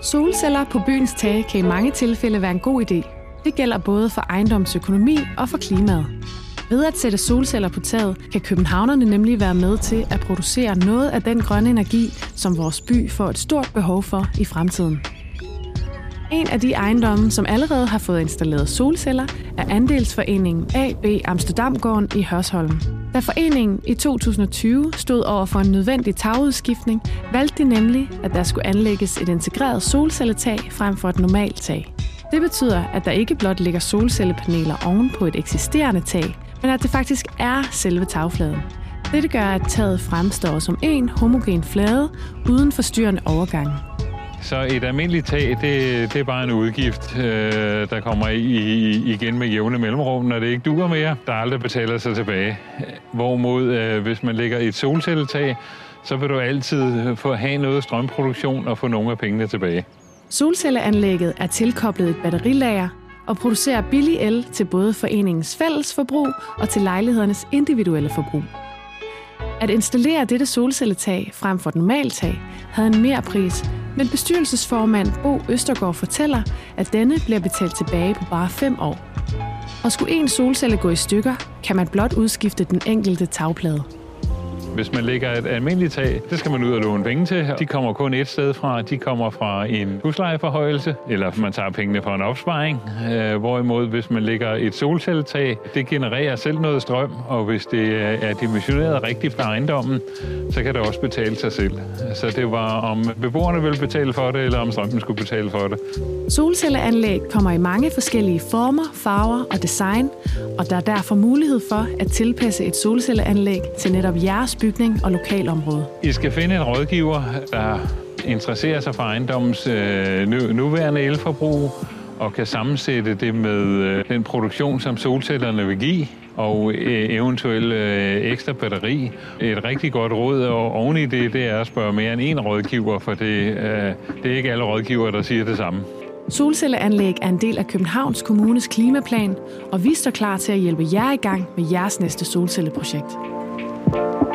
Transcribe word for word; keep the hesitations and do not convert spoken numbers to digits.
Solceller på byens tage kan i mange tilfælde være en god idé. Det gælder både for ejendomsøkonomi og for klimaet. Ved at sætte solceller på taget, kan københavnerne nemlig være med til at producere noget af den grønne energi, som vores by får et stort behov for i fremtiden. En af de ejendomme, som allerede har fået installeret solceller, er andelsforeningen A B Amsterdamgården i Hørsholm. Da foreningen i to tusind og tyve stod over for en nødvendig tagudskiftning, valgte de nemlig, at der skulle anlægges et integreret solcelletag frem for et normalt tag. Det betyder, at der ikke blot ligger solcellepaneler oven på et eksisterende tag, men at det faktisk er selve tagfladen. Dette gør, at taget fremstår som en homogen flade uden forstyrrende overgange. Så et almindeligt tag, det, det er bare en udgift, øh, der kommer i, i, igen med jævne mellemrum, når det ikke duer mere, der aldrig betaler sig tilbage. Hvorimod, øh, hvis man lægger et solcelletag, så vil du altid få have noget strømproduktion og få nogle af pengene tilbage. Solcelleanlægget er tilkoblet et batterilager og producerer billig el til både foreningens fælles forbrug og til lejlighedernes individuelle forbrug. At installere dette solcelletag frem for et normalt tag havde en merpris, men bestyrelsesformand Bo Østergaard fortæller, at denne bliver betalt tilbage på bare fem år. Og skulle en solcelle gå i stykker, kan man blot udskifte den enkelte tagplade. Hvis man lægger et almindeligt tag, det skal man ud og låne penge til. De kommer kun et sted fra. De kommer fra en huslejeforhøjelse, eller man tager pengene fra en opsparing. Hvorimod, hvis man lægger et solcelletag, det genererer selv noget strøm, og hvis det er dimensioneret rigtigt fra ejendommen, så kan det også betale sig selv. Så det var, om beboerne ville betale for det, eller om strømmen skulle betale for det. Solcelleanlæg kommer i mange forskellige former, farver og design, og der er derfor mulighed for at tilpasse et solcelleanlæg til netop jeres bygning og lokalområde. I skal finde en rådgiver, der interesserer sig for ejendommens øh, nuværende elforbrug og kan sammensætte det med øh, den produktion, som solcellerne vil give, og øh, eventuelt øh, ekstra batteri. Et rigtig godt råd, og oven i det, det er at spørge mere end en rådgiver, for det, øh, det er ikke alle rådgivere, der siger det samme. Solcelleanlæg er en del af Københavns Kommunes klimaplan, og vi står klar til at hjælpe jer i gang med jeres næste solcelleprojekt.